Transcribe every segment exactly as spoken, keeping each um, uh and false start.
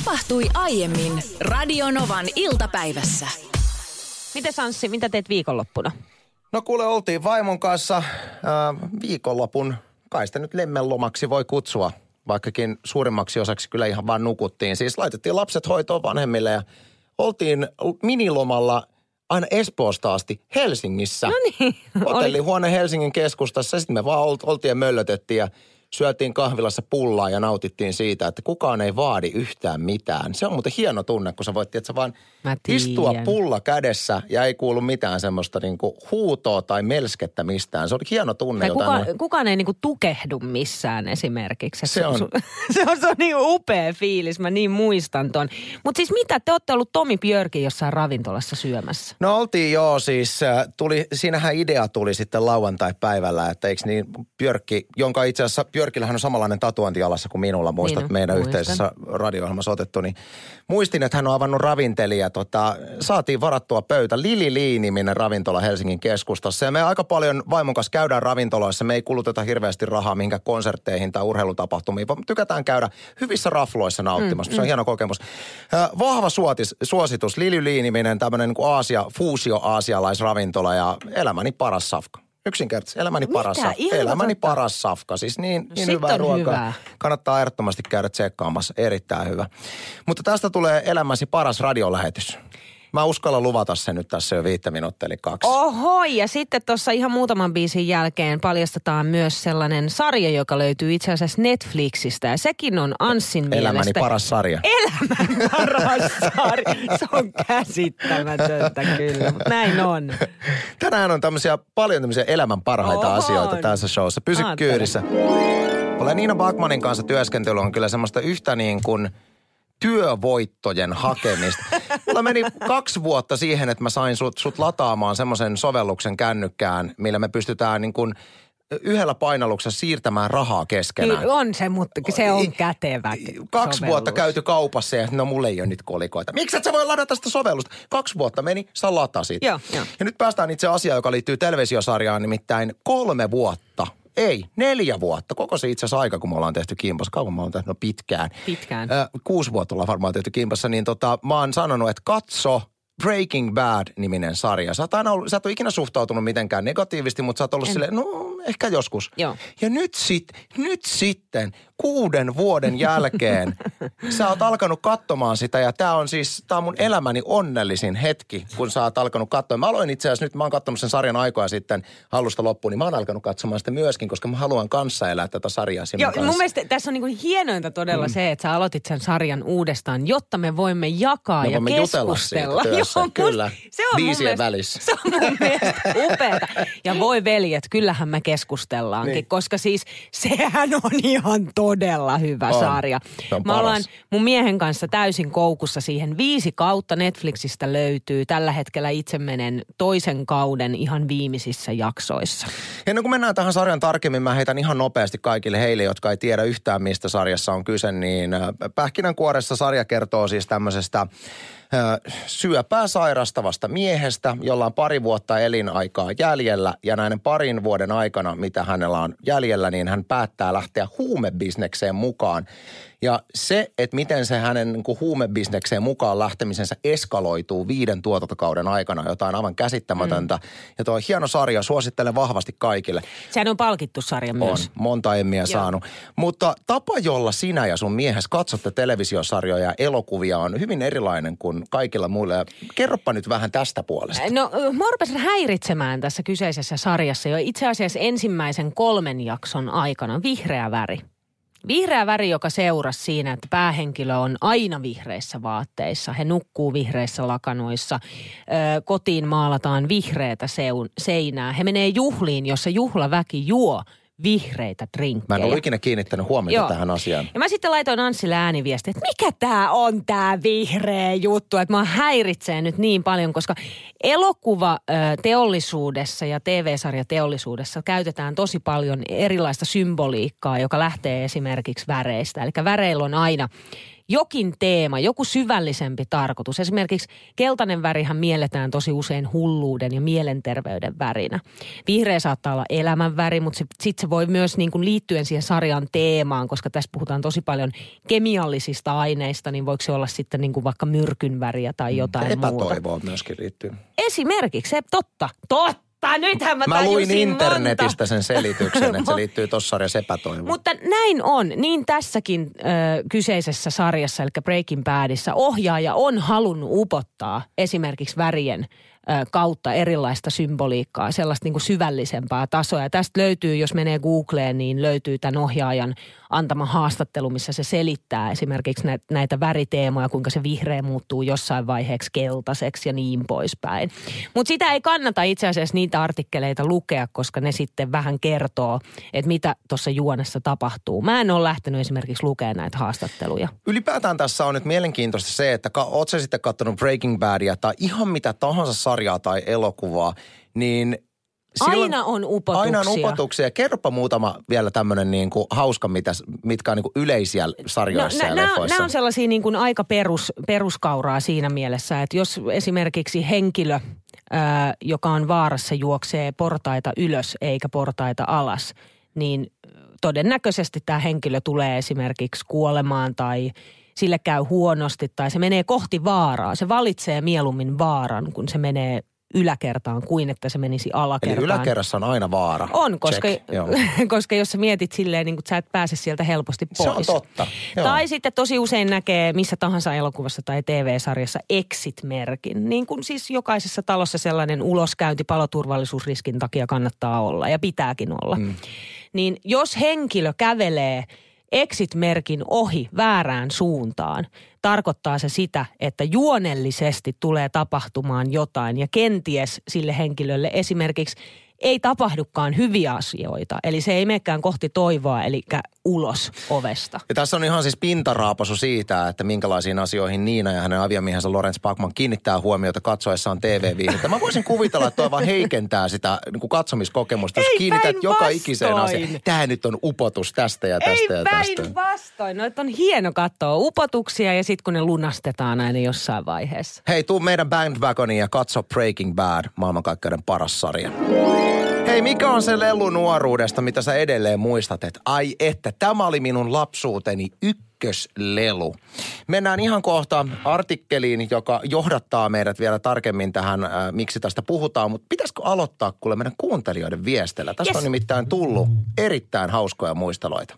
Tapahtui aiemmin Radionovan iltapäivässä. Miten Anssi, mitä teet viikonloppuna? No kuule, oltiin vaimon kanssa äh, viikonlopun, kai sitä nyt lemmenlomaksi voi kutsua, vaikkakin suurimmaksi osaksi kyllä ihan vaan nukuttiin. Siis laitettiin lapset hoitoon vanhemmille ja oltiin minilomalla aina Espoosta asti Helsingissä. No niin. Hotellihuone Helsingin keskustassa. Sitten me vaan oltiin ja möllötettiin ja syötiin kahvilassa pullaa ja nautittiin siitä, että kukaan ei vaadi yhtään mitään. Se on muuten hieno tunne, kun sä voit että sä vaan istua pulla kädessä ja ei kuulu mitään semmoista niinku huutoa tai melskettä mistään. Se on hieno tunne. Tai kuka, kukaan ei niinku tukehdu missään esimerkiksi. Se on. Se on, se on niin upea fiilis, mä niin muistan ton. Mutta siis mitä, te olette ollut Tomi Björkin jossain ravintolassa syömässä? No oltiin joo, siis tuli, siinähän idea tuli sitten lauantai-päivällä, että eikö niin Björkki, jonka itse asiassa Björkillähän on samanlainen tatuointi alassa kuin minulla, muistat niin, meidän muistan. yhteisessä radio-ohjelmassa otettu, niin muistin, että hän on avannut ravintelija. Tota, saatiin varattua pöytä, Lili Lee-niminen ravintola Helsingin keskustassa ja me aika paljon vaimon kanssa käydään ravintoloissa, me ei kuluteta hirveästi rahaa mihinkään konsertteihin tai urheilutapahtumiin, vaan tykätään käydä hyvissä rafloissa nauttimassa, mm, se on mm. hieno kokemus. Äh, vahva suotis, suositus, Lili Lee-niminen tämmöinen niin kuin Aasia, fuusio-aasialaisravintola ja elämäni paras safka. Yksinkertaisesti elämäni Mitä? paras safka. Ihan Elämäni totta. paras safka. Siis niin, niin Sit hyvää on ruokaa. hyvää. Kannattaa ehdottomasti käydä tsekkaamassa. Erittäin hyvä. Mutta tästä tulee elämäsi paras radiolähetys. Mä uskallan luvata sen nyt tässä jo viittä minuuttia, eli kaksi. Oho, ja sitten tuossa ihan muutaman biisin jälkeen paljastetaan myös sellainen sarja, joka löytyy itse asiassa Netflixistä. Ja sekin on Anssin mielestä... Elämäni paras sarja. Elämän paras sarja. Se on käsittämätöntä kyllä, mutta näin on. Tänään on tämmöisiä, paljon tämmöisiä elämän parhaita Oho. asioita tässä showssa. Pysy Aattele. kyydissä. Mulla Niina Backmanin kanssa työskentely on kyllä semmoista yhtä niin kuin työvoittojen hakemista. Mulla meni kaksi vuotta siihen, että mä sain sut, sut lataamaan semmoisen sovelluksen kännykkään, millä me pystytään niin kuin yhdellä painalluksella siirtämään rahaa keskenään. Kyllä on se, mutta se on kätevä Kaksi sovellus. vuotta käyty kaupassa ja no mulla ei ole nyt kolikoita. Miksi et sä voi ladata sitä sovellusta? Kaksi vuotta meni, sä latasit. Joo, joo. Ja nyt päästään itse asiaan, joka liittyy televisiosarjaan, nimittäin kolme vuotta. Ei, neljä vuotta. Koko se itse asiassa aika, kun me ollaan tehty kimpassa. Kauan me ollaan tehty, no pitkään. Pitkään. Äh, kuusi vuotta ollaan varmaan tehty kimpassa, niin tota, mä oon sanonut, että katso Breaking Bad-niminen sarja. Sä, aina ollut, sä et ole ikinä suhtautunut mitenkään negatiivisesti, mutta sä oot ollut en. silleen, no ehkä joskus. Joo. Ja nyt, sit, nyt sitten kuuden vuoden jälkeen sä oot alkanut katsomaan sitä ja tää on siis, tää on mun elämäni onnellisin hetki, kun sä oot alkanut katsoa. Mä aloin itse asiassa nyt, mä oon katsonut sen sarjan aikoja sitten alusta loppuun, niin mä oon alkanut katsomaan sitä myöskin, koska mä haluan kanssaelää tätä sarjaa sinun Joo, kanssa. mun mielestä tässä on niin kuin hienointa todella mm. se, että sä aloitit sen sarjan uudestaan, jotta me voimme jakaa me ja voimme keskustella. Jutella siitä Joo, kyllä. Se on biisien mielestä, välissä. Se on mun mielestä upeata. Ja voi veljet, kyllähän me keskustellaankin, niin. Koska siis sehän on ihan todella hyvä on. sarja. Se on Mä ollaan paras. mun miehen kanssa täysin koukussa siihen. Viisi kautta Netflixistä löytyy. Tällä hetkellä itse menen toisen kauden ihan viimeisissä jaksoissa. Ennen kuin mennään tähän sarjan tarkemmin, mä heitän ihan nopeasti kaikille heille, jotka ei tiedä yhtään mistä sarjassa on kyse, niin Pähkinänkuoressa sarja kertoo siis tämmöisestä syöpää sairastavasta miehestä, jolla on pari vuotta elinaikaa jäljellä ja näiden parin vuoden aikana, mitä hänellä on jäljellä, niin hän päättää lähteä huumebisnekseen mukaan. Ja se, että miten se hänen niin kuin huumebisnekseen mukaan lähtemisensä eskaloituu viiden tuotantokauden aikana, jotain aivan käsittämätöntä. Mm. Ja tuo hieno sarja, suosittelen vahvasti kaikille. Sehän on palkittu sarja myös. On, monta emmiä saanut. Mutta tapa, jolla sinä ja sun miehes katsotte televisiosarjoja ja elokuvia on hyvin erilainen kuin kaikilla muilla. Kerropa nyt vähän tästä puolesta. No, mä rupesin häiritsemään tässä kyseisessä sarjassa jo itse asiassa ensimmäisen kolmen jakson aikana vihreä väri. Vihreä väri, joka seurasi siinä, että päähenkilö on aina vihreissä vaatteissa. He nukkuu vihreissä lakanoissa. Ö, kotiin maalataan vihreätä seun, seinää. He menee juhliin, jossa juhlaväki juo vihreitä drinkkejä. Mä en ole ikinä kiinnittänyt huomiota Joo. tähän asiaan. Ja mä sitten laitoin Anssille ääniviestiä, että mikä tää on tää vihreä juttu, että mä häiritsee nyt niin paljon, koska elokuvateollisuudessa ja T V-sarjateollisuudessa käytetään tosi paljon erilaista symboliikkaa, joka lähtee esimerkiksi väreistä. Eli väreillä on aina jokin teema, joku syvällisempi tarkoitus. Esimerkiksi keltainen värihän mielletään tosi usein hulluuden ja mielenterveyden värinä. Vihreä saattaa olla elämän väri, mutta sitten sit se voi myös niin kuin liittyen siihen sarjan teemaan, koska tässä puhutaan tosi paljon kemiallisista aineista, niin voiko se olla sitten niin kuin vaikka myrkyn väriä tai jotain Epätoivoa muuta. Epätoivoa myöskin liittyy. Esimerkiksi, se totta, totta. Nythän mä, mä luin internetistä monta. sen selityksen, että se liittyy tuossa sarjassa epätoivoon. Mutta näin on. Niin tässäkin ö, kyseisessä sarjassa, eli Breaking Badissa, ohjaaja on halunnut upottaa esimerkiksi värien ö, kautta erilaista symboliikkaa, sellaista niin kuin syvällisempää tasoa. Ja tästä löytyy, jos menee Googleen, niin löytyy tämän ohjaajan antama haastattelu, missä se selittää esimerkiksi näitä, näitä väriteemoja, kuinka se vihreä muuttuu jossain vaiheeksi keltaiseksi ja niin poispäin. Mutta sitä ei kannata itse asiassa niitä artikkeleita lukea, koska ne sitten vähän kertoo, että mitä tuossa juonessa tapahtuu. Mä en ole lähtenyt esimerkiksi lukemaan näitä haastatteluja. Ylipäätään tässä on nyt mielenkiintoista se, että ka- oot sä sitten katsonut Breaking Badia tai ihan mitä tahansa sarjaa tai elokuvaa, niin silloin aina on upotuksia. Aina on upotuksia. Kerropa muutama vielä tämmöinen niin kuin hauska, mitä, mitkä on niin kuin yleisiä sarjoissa no, ja leffoissa. Nämä on sellaisia niin kuin aika perus, peruskauraa siinä mielessä, että jos esimerkiksi henkilö, ää, joka on vaarassa, juoksee portaita ylös eikä portaita alas, niin todennäköisesti tämä henkilö tulee esimerkiksi kuolemaan tai sille käy huonosti tai se menee kohti vaaraa. Se valitsee mieluummin vaaran, kun se menee yläkertaan kuin että se menisi alakertaan. Eli yläkerrassa on aina vaara. On, koska, koska jos sä mietit silleen, niin kuin sä et pääse sieltä helposti pois. Se on totta. Joo. Tai sitten tosi usein näkee missä tahansa elokuvassa tai T V-sarjassa exit-merkin. Niin kuin siis jokaisessa talossa sellainen uloskäynti paloturvallisuusriskin takia kannattaa olla ja pitääkin olla. Mm. Niin jos henkilö kävelee exit-merkin ohi väärään suuntaan, tarkoittaa se sitä, että juonellisesti tulee tapahtumaan jotain ja kenties sille henkilölle esimerkiksi ei tapahdukaan hyviä asioita. Eli se ei menekään kohti toivoa, eli ulos ovesta. Ja tässä on ihan siis pintaraapasu siitä, että minkälaisiin asioihin Niina ja hänen aviomiehensä Lorenz Bachman kiinnittää huomiota katsoessaan T V-viihdettä. Mä voisin kuvitella, että toi vaan heikentää sitä niin kuin katsomiskokemusta, jos ei kiinnität joka vastoin. ikiseen asiaan. Tämä nyt on upotus tästä ja tästä ei ja tästä. Ei päinvastoin. No, on hieno katsoa upotuksia ja sitten kun ne lunastetaan aina jossain vaiheessa. Hei, tuu meidän bandwagoniin ja katso Breaking Bad, maailmankaikkeuden paras sarja. Hei, mikä on se lelu nuoruudesta, mitä sä edelleen muistat, että ai että, tämä oli minun lapsuuteni ykköslelu. Mennään ihan kohta artikkeliin, joka johdattaa meidät vielä tarkemmin tähän, äh, miksi tästä puhutaan, mutta pitäisikö aloittaa kuule meidän kuuntelijoiden viestellä? Tästä yes. on nimittäin tullut erittäin hauskoja muisteloita.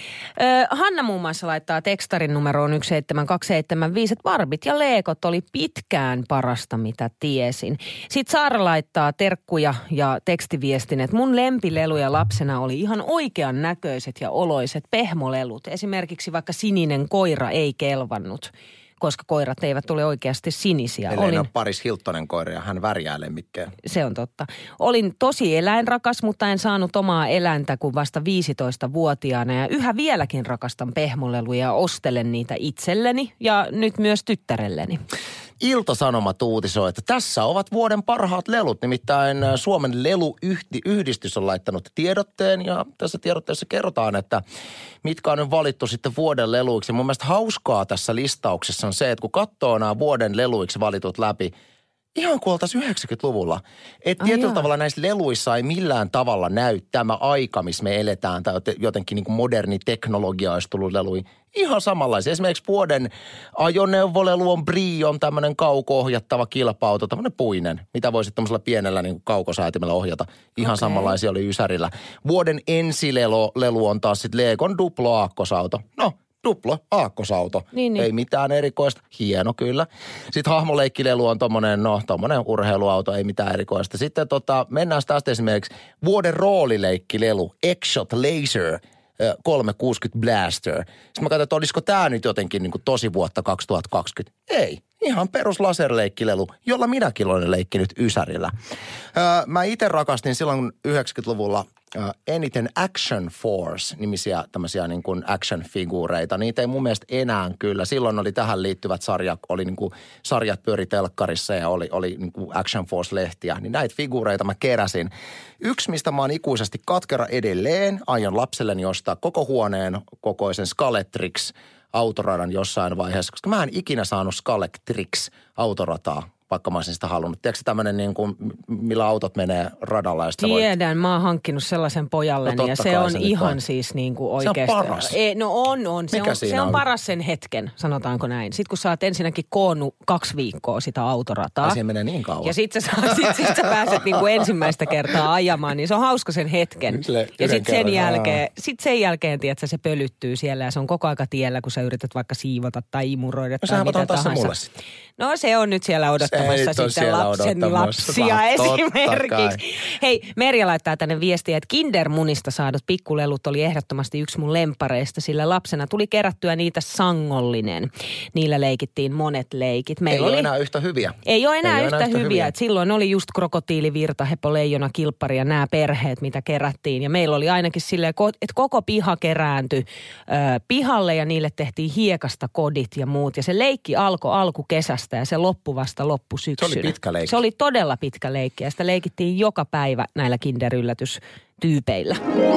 Öö, Hanna muun muassa laittaa tekstarin numeroon yksi seitsemän kaksi seitsemän viisi, että Barbit ja Leekot oli pitkään parasta, mitä tiesin. Sitten Saara laittaa terkkuja ja tekstiviestin, että mun lempileluja lapsena oli ihan oikean näköiset ja oloiset pehmolelut. Esimerkiksi vaikka Sininen koira ei kelvannut, koska koirat eivät ole oikeasti sinisiä. Eli Olin... on Paris Hiltonen koira ja hän värjää lemmikkejä. Se on totta. Olin tosi eläinrakas, mutta en saanut omaa eläintä kuin vasta viisitoistavuotiaana ja yhä vieläkin rakastan pehmoleluja ja ostelen niitä itselleni ja nyt myös tyttärelleni. Ilta-Sanomat uutisoi, että tässä ovat vuoden parhaat lelut. Nimittäin Suomen leluyhdistys on laittanut tiedotteen ja tässä tiedotteessa kerrotaan, että mitkä on nyt valittu sitten vuoden leluiksi. Mun mielestä hauskaa tässä listauksessa on se, että kun katsoo nämä vuoden leluiksi valitut läpi, ihan kuin oltaisiin yhdeksänkymmentäluvulla. Että tietyllä jaa. tavalla näissä leluissa ei millään tavalla näy tämä aika, missä me eletään, tai jotenkin niin kuin moderni teknologia olisi tullut leluihin. Ihan samanlaisia. Esimerkiksi vuoden ajoneuvolelu on Brion tämmöinen kauko-ohjattava kilpa-auto, tämmöinen puinen, mitä voisi tämmöisellä pienellä niin kuin kaukosäätimellä ohjata. Ihan okay. samanlaisia oli Ysärillä. Vuoden ensilelu on taas sitten Legon Duplo-aakkosauto. No. Duplo, aakkosauto. Niin, niin. Ei mitään erikoista. Hieno kyllä. Sitten hahmoleikkilelu on tommonen, no tommonen urheiluauto, ei mitään erikoista. Sitten tota, mennään tästä esimerkiksi vuoden roolileikkilelu, X-Shot Laser kolmesataakuusikymmentä Blaster. Sitten mä katsoin, että olisiko tää nyt jotenkin niin kuin tosi vuotta kaksituhattakaksikymmentä. Ei. Ihan perus laserleikkilelu, jolla minäkin olen leikkinyt Ysärillä. Öö, mä itse rakastin silloin yhdeksänkymmentäluvulla öö, eniten Action Force-nimisiä tämmöisiä niin kuin action-figuureita. Niitä ei mun mielestä enää kyllä. Silloin oli tähän liittyvät sarjat, oli niin kuin sarjat pyöri telkkarissa ja oli, oli niin kuin Action Force-lehtiä. Niin näitä figuureita mä keräsin. Yksi, mistä mä oon ikuisesti katkera edelleen, aion lapselleni ostaa koko huoneen kokoisen Skeletrix autoradan jossain vaiheessa, koska mä en ikinä saanut Scalextric autorataa, vaikka mä olisin sitä halunnut. Tiedätkö tämmöinen niin kuin, millä autot menee radalla? Ja Tiedän, voit... mä oon hankkinut sellaisen pojalleni no, ja se on ihan on. siis niin kuin oikeasti. Se on paras. E, no on, on. Se, Mikä on, se on, on paras sen hetken, sanotaanko näin. Sitten kun sä oot ensinnäkin koonnut kaksi viikkoa sitä autorataa. Ja siihen menee niin kauan. Ja sit sä, sit, sit sä pääset niin kuin ensimmäistä kertaa ajamaan, niin se on hauska sen hetken. Yle, ja sit sen, jälkeen, sit sen jälkeen, tiedätkö, se pölyttyy siellä ja se on koko aika tiellä, kun sä yrität vaikka siivota tai imuroida no, tai mitä tahansa. Mulle sitten. No se on nyt siellä odottamassa sitten lapsen lapsia esimerkiksi. Hei, Merja laittaa tänne viestiä, että Kindermunista saadut pikkulelut oli ehdottomasti yksi mun lempareista, sillä lapsena tuli kerättyä niitä sangollinen. Niillä leikittiin monet leikit. Meillä ei oli... ole enää yhtä hyviä. Ei ole enää, ei yhtä, ole enää yhtä hyviä. hyviä. Et silloin oli just krokotiili, virta, hepo, leijona, kilppari ja nämä perheet, mitä kerättiin. Ja meillä oli ainakin silleen, että koko piha kerääntyi äh, pihalle ja niille tehtiin hiekasta kodit ja muut. Ja se leikki alkoi alkukesästä ja se loppui vasta loppusyksynä. Se oli pitkä leikki. Se oli todella pitkä leikki ja sitä leikittiin joka päivä näillä Kinder-yllätystyypeillä.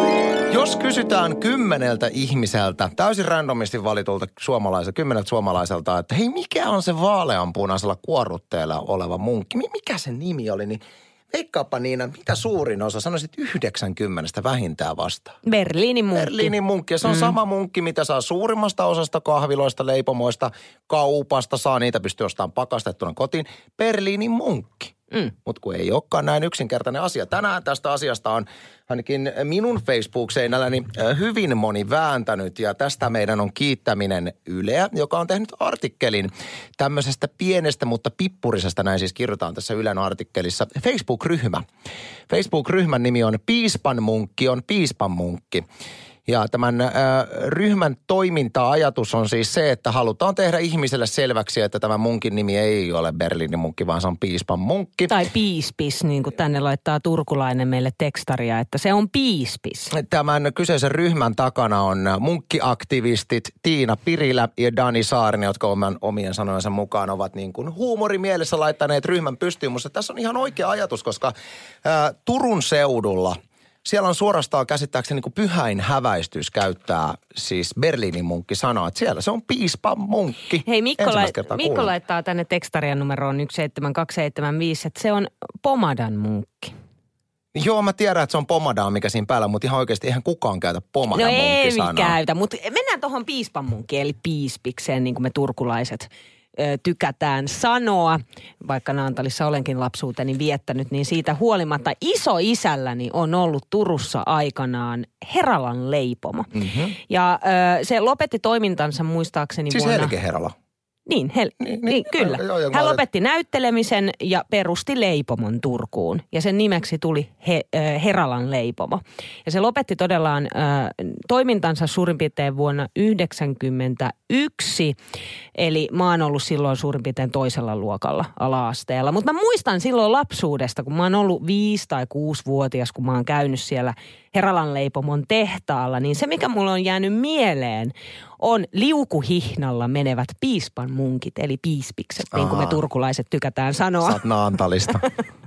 Jos kysytään kymmeneltä ihmiseltä, täysin randomisti valitulta suomalaiselta, kymmeneltä suomalaiselta, että hei, mikä on se vaaleanpunaisella kuorrutteella oleva munkki? Mikä sen nimi oli? Niin veikkaappa Niina, mitä suurin osa? Sanoisit yhdeksänkymmentä vähintään vastaan. Berliinin munkki. Berliinin munkki. Ja se on mm. sama munkki, mitä saa suurimmasta osasta kahviloista, leipomoista, kaupasta. Saa niitä pystyy ostamaan pakastettuna kotiin. Berliinin munkki. Mm. Mutta kun ei olekaan näin yksinkertainen asia. Tänään tästä asiasta on ainakin minun Facebook-seinälläni hyvin moni vääntänyt. Ja tästä meidän on kiittäminen Yleä, joka on tehnyt artikkelin tämmöisestä pienestä, mutta pippurisesta. Näin siis kirjoitetaan tässä Ylen artikkelissa. Facebook-ryhmä. Facebook-ryhmän nimi on Piispan munkki on Piispan munkki. Ja tämän äh, ryhmän toiminta-ajatus on siis se, että halutaan tehdä ihmiselle selväksi, että tämä munkin nimi ei ole Berliinin munkki, vaan se on Piispan munkki. Tai piispis, niin kuin tänne laittaa turkulainen meille tekstaria, että se on piispis. Tämän kyseisen ryhmän takana on munkkiaktivistit Tiina Pirilä ja Dani Saarinen, jotka oman, omien sanojensa mukaan ovat niin kuin huumorimielessä laittaneet ryhmän pystyyn. Mutta tässä on ihan oikea ajatus, koska äh, Turun seudulla siellä on suorastaan käsittääkseni niin kuin pyhäin häväistys käyttää siis Berliinin munkki sanaa, että siellä se on piispan munkki. Hei, Mikko, la- Mikko laittaa tänne tekstarian numeroon yksi seitsemän kaksi seitsemän viisi, että se on Pomadan munkki. Joo, mä tiedän, että se on Pomadan, mikä siinä päällä, mutta ihan oikeasti eihän kukaan käytä Pomadan no munkki sanaa. No ei käytä, mutta mennään tuohon piispan munkkiin, eli piispikseen, niin kuin me turkulaiset tykätään sanoa, vaikka Naantalissa olenkin lapsuuteni viettänyt, niin siitä huolimatta isoisälläni on ollut Turussa aikanaan Heralan leipomo. Mm-hmm. Ja ö, se lopetti toimintansa muistaakseni siis vuonna... Siis Helge Herala. Niin, hel- niin, niin, kyllä. Joo, joo, Hän lopetti näyttelemisen ja perusti leipomon Turkuun. Ja sen nimeksi tuli he, äh, Heralan leipomo. Ja se lopetti todellaan äh, toimintansa suurin piirtein vuonna yhdeksänkymmentäyksi. Eli mä oon ollut silloin suurin piirtein toisella luokalla ala-asteella. Mutta mä muistan silloin lapsuudesta, kun mä oon ollut viisi- tai kuusivuotias, kun mä oon käynyt siellä Heralan leipomon tehtaalla. Niin se, mikä mulla on jäänyt mieleen, on liukuhihnalla menevät piispan munkit, eli piispikset, niin kuin me turkulaiset tykätään sanoa. Sä oot Naantalista.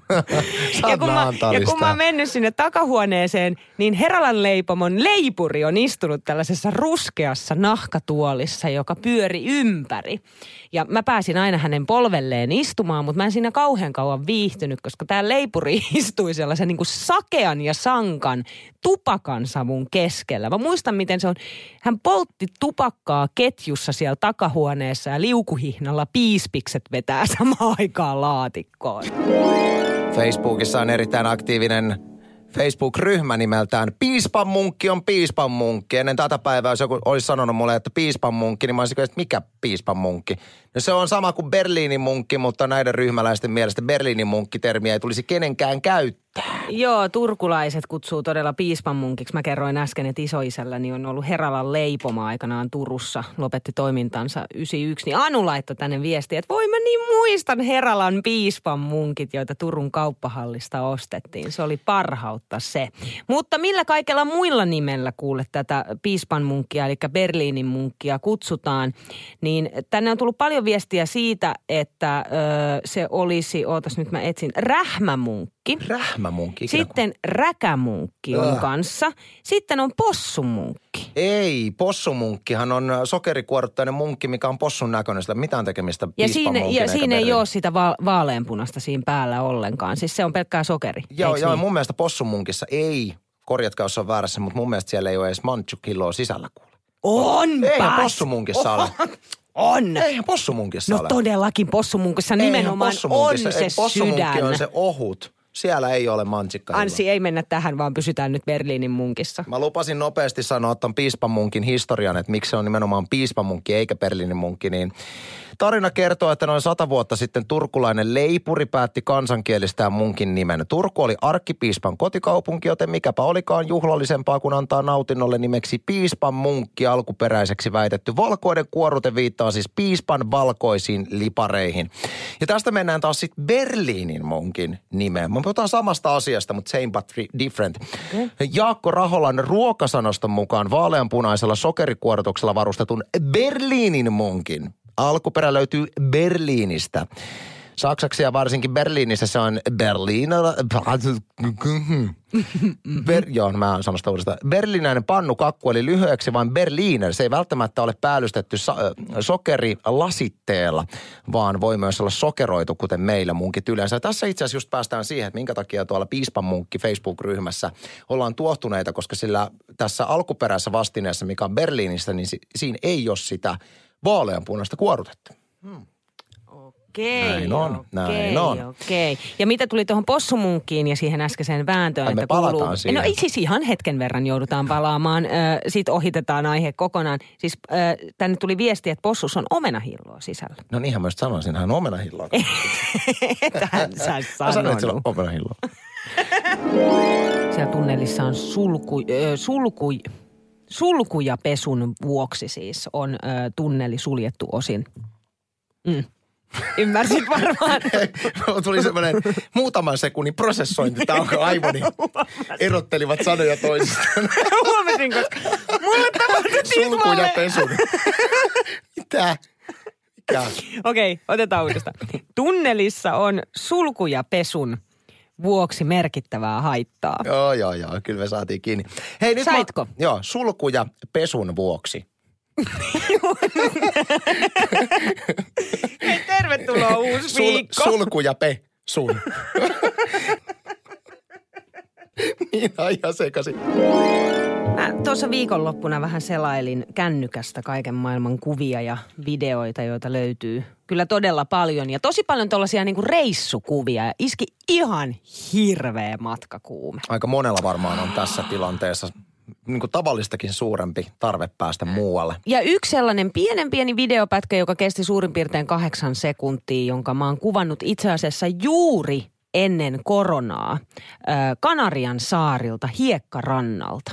Sä ja, kun mä, ja kun mä oon mennyt sinne takahuoneeseen, niin Heralan leipomon leipuri on istunut tällaisessa ruskeassa nahkatuolissa, joka pyöri ympäri. Ja mä pääsin aina hänen polvelleen istumaan, mutta mä en siinä kauhean kauan viihtynyt, koska tää leipuri istui sellaisen niin kuin sakean ja sankan tupakansavun keskellä. Mä muistan, miten se on. Hän poltti tupakkaa ketjussa siellä takahuoneessa ja liukuhihnalla piispikset vetää samaan aikaan laatikkoon. Facebookissa on erittäin aktiivinen Facebook-ryhmä nimeltään Piispan munkki on piispan munkki. Ennen tätä päivää, jos joku olisi sanonut mulle, että piispan munkki, niin mä olisin, että mikä piispan munkki? No se on sama kuin Berliinin munkki, mutta näiden ryhmäläisten mielestä Berliinin munkki-termiä ei tulisi kenenkään käyttää. Joo, turkulaiset kutsuu todella piispan munkiksi. Mä kerroin äsken, että isoisälläni on ollut Heralan leipoma aikanaan Turussa. Lopetti toimintansa yhdeksänkymmentäyksi. Niin Anu laittoi tänne viestiä, että voi mä niin muistan Heralan piispan munkit, joita Turun kauppahallista ostettiin. Se oli parhautta se. Mutta millä kaikella muilla nimellä kuule tätä piispan munkkia, eli Berliinin munkkia kutsutaan, niin tänne on tullut paljon viestiä siitä, että ö, se olisi, ootas nyt mä etsin, rähmämunkki. rähmämunkki. Rähmämunkki. Sitten räkämunkki on uh. kanssa. Sitten on possumunkki. Ei, possumunkkihan on sokerikuorruttainen munkki, mikä on possun näköinen. Sillä mitään tekemistä ja siinä, ja siinä ei berliini. ole sitä va- vaaleanpunasta siinä päällä ollenkaan. Siis se on pelkkää sokeri. Joo, joo niin? Mun mielestä possumunkissa ei, korjatkaa jos on väärässä, mutta mun mielestä siellä ei ole edes manchukilloa sisällä kuule. On Eihän possumunkissa ole. On. Eihän possumunkissa no, ole. No todellakin possumunkissa nimenomaan on se ei, possumunkki sydän. on se ohut. Siellä ei ole mansikkaa. Ansi, ei mennä tähän, vaan pysytään nyt Berliinin munkissa. Mä lupasin nopeasti sanoa tämän piispamunkin historian, että miksi se on nimenomaan piispamunkki eikä Berliinin munkki, niin tarina kertoo, että noin sata vuotta sitten turkulainen leipuri päätti kansankielistää munkin nimen. Turku oli arkkipiispan kotikaupunki, joten mikäpä olikaan juhlallisempaa kuin antaa nautinnolle nimeksi piispan munkki, alkuperäiseksi väitetty. Valkoinen kuorrute viittaa siis piispan valkoisiin lipareihin. Ja tästä mennään taas sitten Berliinin munkin nimeen. Me puhutaan samasta asiasta, mutta same but different. Okay. Jaakko Raholan ruokasanoston mukaan vaaleanpunaisella sokerikuorrutuksella varustetun Berliinin munkin alkuperä löytyy Berliinistä. Saksaksi ja varsinkin Berliinissä se on Berliner... Ber, joo, mä oon sanonut sitä uudestaan. Berliinäinen pannukakku eli lyhyeksi vain Berliner. Se ei välttämättä ole päällystetty so, sokerilasitteella, vaan voi myös olla sokeroitu, kuten meillä munkit yleensä. Tässä itse asiassa just päästään siihen, että minkä takia tuolla Piispan munkki Facebook-ryhmässä ollaan tuohtuneita, koska sillä tässä alkuperäisessä vastineessa, mikä on Berliinissä, niin si, siinä ei ole sitä vaaleanpunaista kuorrutetta. Hmm. Okei, näin on, okei, näin on. Okei. Ja mitä tuli tuohon possumunkkiin ja siihen äskeiseen vääntöön, ja että me palataan kuuluu... siihen. No ei siis ihan hetken verran joudutaan palaamaan. Sitten ohitetaan aihe kokonaan. Siis äh, tänne tuli viesti, että possus on omenahilloa sisällä. No niinhän mä just sanoisin, hän on omenahilloa. Tähän sä sanonut. Mä sanoin, että sillä on omenahilloa. Siellä tunnelissa on sulku... Äh, sulku sulkuja pesun vuoksi siis on äh, tunneli suljettu osin. Mm. Ymmärsit varmaan. Tuli semmoinen muutaman sekunnin prosessointi. Tämä on aivoni. Erottelivat sanoja toisistaan. Huomasin, koska mulle tapahtui sulku ja pesun. Mitä? Mikä? Okei, okay, otetaan uudestaan. Tunnelissa on sulku ja pesun vuoksi merkittävää haittaa. Joo, joo, joo. Kyllä me saatiin kiinni. Hei, nyt saitko? Mä, joo, sulku ja pesun vuoksi. Hei, tervetuloa uusi Sul, viikko. Sulku ja pe sun. Niin ihan sekaisin. Mä tuossa viikonloppuna vähän selailin kännykästä kaiken maailman kuvia ja videoita, joita löytyy kyllä todella paljon. Ja tosi paljon tuollaisia niinku reissukuvia ja iski ihan hirveä matkakuume. Aika monella varmaan on tässä tilanteessa niin kuin tavallistakin suurempi tarve päästä muualle. Ja yksi sellainen pienen pieni videopätkä, joka kesti suurin piirtein kahdeksan sekuntia, jonka mä oon kuvannut itse asiassa juuri ennen koronaa Kanarian saarilta Hiekkarannalta.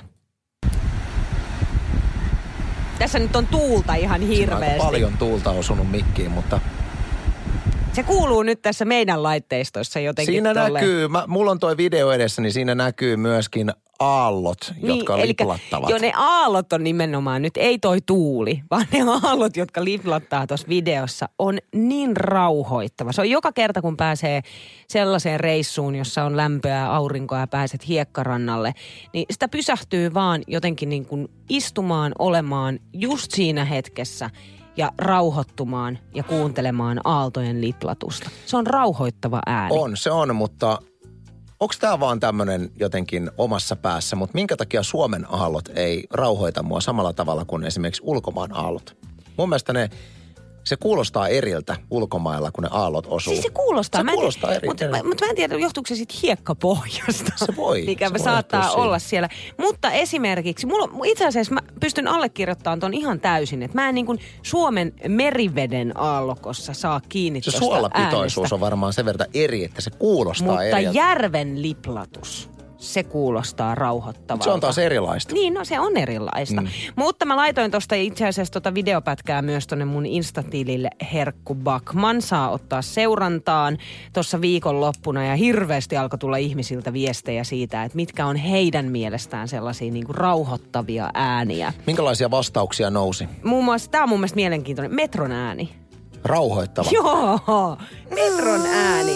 Tässä nyt on tuulta ihan hirveästi. Aika paljon tuulta osunut mikkiin, mutta... Se kuuluu nyt tässä meidän laitteistossa jotenkin. Siinä tolle. näkyy, mä, mulla on toi video edessä, niin siinä näkyy myöskin aallot, niin, jotka liplattavat. Joo, ne aallot on nimenomaan nyt, ei toi tuuli, vaan ne aallot, jotka liplattaa tuossa videossa, on niin rauhoittava. Se on joka kerta, kun pääsee sellaiseen reissuun, jossa on lämpöä, aurinkoa ja pääset hiekkarannalle, niin sitä pysähtyy vaan jotenkin niin kuin istumaan, olemaan just siinä hetkessä ja rauhoittumaan ja kuuntelemaan aaltojen liplatusta. Se on rauhoittava ääni. On, se on, mutta onko tämä vaan tämmöinen jotenkin omassa päässä, mutta minkä takia Suomen aallot ei rauhoita mua samalla tavalla kuin esimerkiksi ulkomaan aallot? Mun mielestä ne, se kuulostaa eriltä ulkomailla, kun ne aallot osuu. Siis se kuulostaa. Se mä kuulostaa tiedä, eriltä. Mutta, mutta mä en tiedä, johtuuko se sitten hiekkapohjasta. Se voi. Mikä se saattaa voi olla siellä. Mutta esimerkiksi, mulla, itse asiassa mä pystyn allekirjoittamaan ton ihan täysin, että mä en niin kuin Suomen meriveden aallokossa saa kiinni Se tosta suolapitoisuus äänestä. on varmaan sen verran eri, että se kuulostaa Mutta eri. Mutta järven liplatus, se kuulostaa rauhoittavalta. Se on taas erilaista. Niin, no se on erilaista. Mm. Mutta mä laitoin tuosta itse asiassa tota videopätkää myös tonne mun Insta-tilille Herkku Backman. Saa ottaa seurantaan tuossa viikonloppuna ja hirveästi alkoi tulla ihmisiltä viestejä siitä, että mitkä on heidän mielestään sellaisia niinku rauhoittavia ääniä. Minkälaisia vastauksia nousi? Muun muassa, tää on mun mielestä mielenkiintoinen, metron ääni. Rauhoittava. Joo, metron ääni.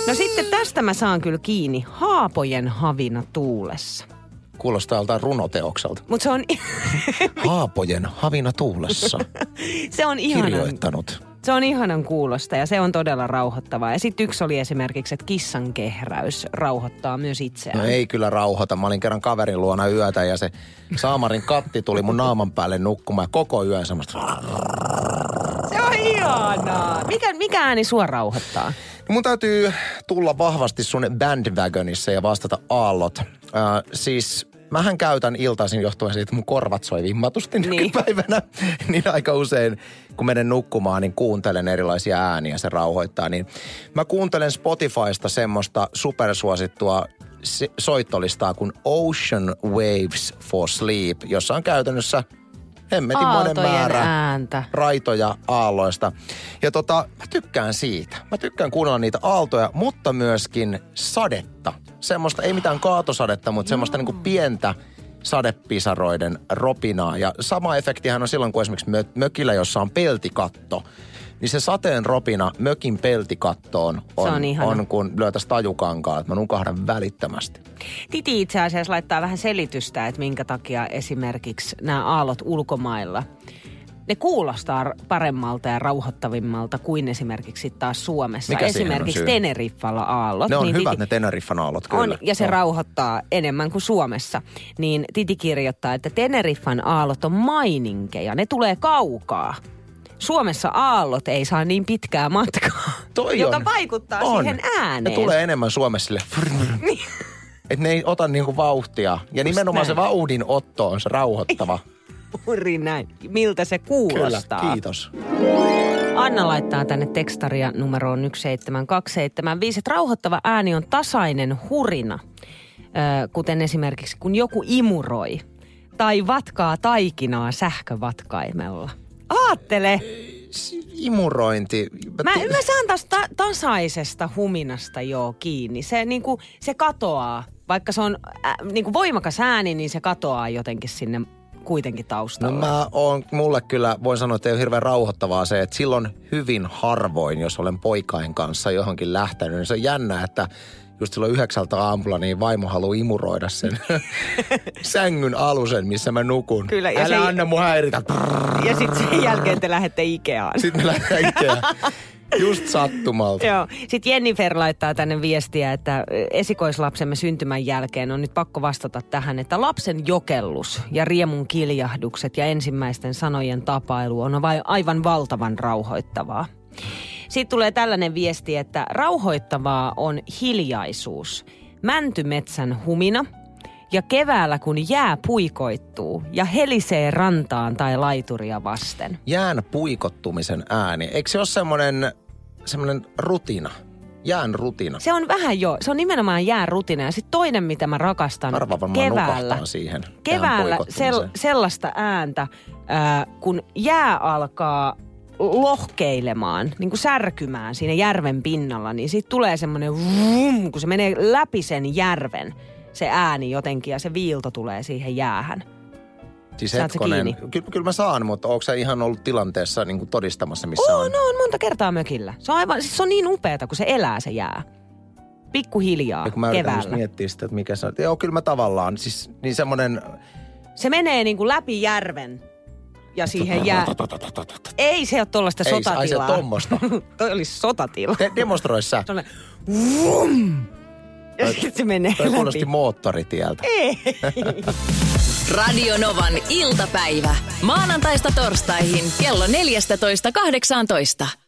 No sitten tästä mä saan kyllä kiinni. Haapojen havina tuulessa. Kuulostaa joltain runoteokselta. Mut se on... Haapojen havina tuulessa. Se on ihanan... Kirjoittanut. Se on ihanan kuulosta ja se on todella rauhoittavaa. Ja sitten yksi oli esimerkiksi, että kissan kehräys rauhoittaa myös itseään. No ei kyllä rauhoita. Mä olin kerran kaverin luona yötä ja se saamarin katti tuli mun naaman päälle nukkumaan koko yön semmoista. Se on ihanaa. Mikä, mikä ääni sua rauhoittaa? Mun täytyy tulla vahvasti sun bandwagonissa ja vastata aallot. Äh, siis mähän käytän iltaisin johtuen siitä, että mun korvat soi vimmatusti niin. nykypäivänä. Niin aika usein, kun menen nukkumaan, niin kuuntelen erilaisia ääniä, se rauhoittaa. Niin mä kuuntelen Spotifysta semmoista supersuosittua soittolistaa kuin Ocean Waves for Sleep, jossa on käytännössä hemmetin monen määrä ääntä. Raitoja aalloista. Ja tota, mä tykkään siitä. Mä tykkään kuunnella niitä aaltoja, mutta myöskin sadetta. Semmoista, ei mitään kaatosadetta, mutta semmoista mm. niinku pientä sadepisaroiden ropinaa. Ja sama efektihän on silloin, kun esimerkiksi mö- mökillä, jossa on peltikatto, niin se sateen ropina mökin peltikattoon on, on, on kun lyötäisiin tajukankaa, että mä nukahdan välittömästi. Titi itse asiassa laittaa vähän selitystä, että minkä takia esimerkiksi nämä aallot ulkomailla, ne kuulostaa paremmalta ja rauhoittavimmalta kuin esimerkiksi taas Suomessa. Mikä esimerkiksi Teneriffalla aallot. Ne on niin hyvät titi, ne Teneriffan aallot, kyllä. On, ja se on. rauhoittaa enemmän kuin Suomessa. Niin Titi kirjoittaa, että Teneriffan aallot on maininkeja. Ne tulee kaukaa. Suomessa aallot ei saa niin pitkää matkaa, Toi joka on. vaikuttaa on. siihen ääneen. Ne tulee enemmän Suomessa sille. Että ne ei ota niinku vauhtia. Ja nimenomaan näin. Se vauhdin otto on se rauhoittava. Juuri näin. Miltä se kuulostaa. Kyllä, kiitos. Anna laittaa tänne tekstaria numeroon yksi seitsemän kaksi seitsemän viisi, että rauhoittava ääni on tasainen hurina. Ö, kuten esimerkiksi kun joku imuroi tai vatkaa taikinaa sähkövatkaimella. Aattele! Imurointi. Mä, mä saan taas ta- tasaisesta huminasta joo kiinni. Se, niinku, se katoaa. Vaikka se on äh, niinku voimakas ääni, niin se katoaa jotenkin sinne kuitenkin taustalla. No mä oon, mulle kyllä voin sanoa, että ei ole hirveän rauhoittavaa se, että silloin hyvin harvoin, jos olen poikain kanssa johonkin lähtenyt, niin se on jännä, että just silloin yhdeksältä aamulla niin vaimo haluaa imuroida sen sängyn alusen, missä mä nukun. Kyllä, ja Älä se anna mun häiritä. Ja sitten sen jälkeen te lähdette Ikeaan. Sitten me lähdetään Ikeaan. Just sattumalta. Joo. Sitten Jennifer laittaa tänne viestiä, että esikoislapsemme syntymän jälkeen on nyt pakko vastata tähän, että lapsen jokellus ja riemun kiljahdukset ja ensimmäisten sanojen tapailu on aivan valtavan rauhoittavaa. Sitten tulee tällainen viesti, että rauhoittavaa on hiljaisuus, mäntymetsän humina ja keväällä kun jää puikoittuu ja helisee rantaan tai laituria vasten. Jään puikottumisen ääni. Eikö se ole semmoinen, semmoinen rutina? Jään rutina. Se on vähän jo. Se on nimenomaan jään rutina. Ja sitten toinen, mitä mä rakastan Arva varmaan keväällä. siihen. Keväällä sel, sellaista ääntä, ää, kun jää alkaa lohkeilemaan, niin kuin särkymään siinä järven pinnalla, niin siitä tulee semmoinen vum, kun se menee läpi sen järven, se ääni jotenkin ja se viilto tulee siihen jäähän. Siis hetkonen, kyllä, kyllä mä saan, mutta onko sä ihan ollut tilanteessa niin kuin todistamassa, missä Oo, on? No on monta kertaa mökillä. Se on aivan, siis se on niin upeata, kun se elää se jää. Pikkuhiljaa, ja kun mä keväällä. miettiä sitä, että mikä se on. Joo, kyllä mä tavallaan, siis niin semmoinen... Se menee niin kuin läpi järven. Ja siihen jää... Ei se ole tuollaista sotatilaa. Ei se ole tommoista. Toi olisi sotatila. Te, demonstroi sä. Sellainen... Vum! Ja sitten se menee toi läpi. kuulosti moottoritieltä. Ei. Radio Novan iltapäivä. Maanantaista torstaihin kello neljätoista kahdeksantoista.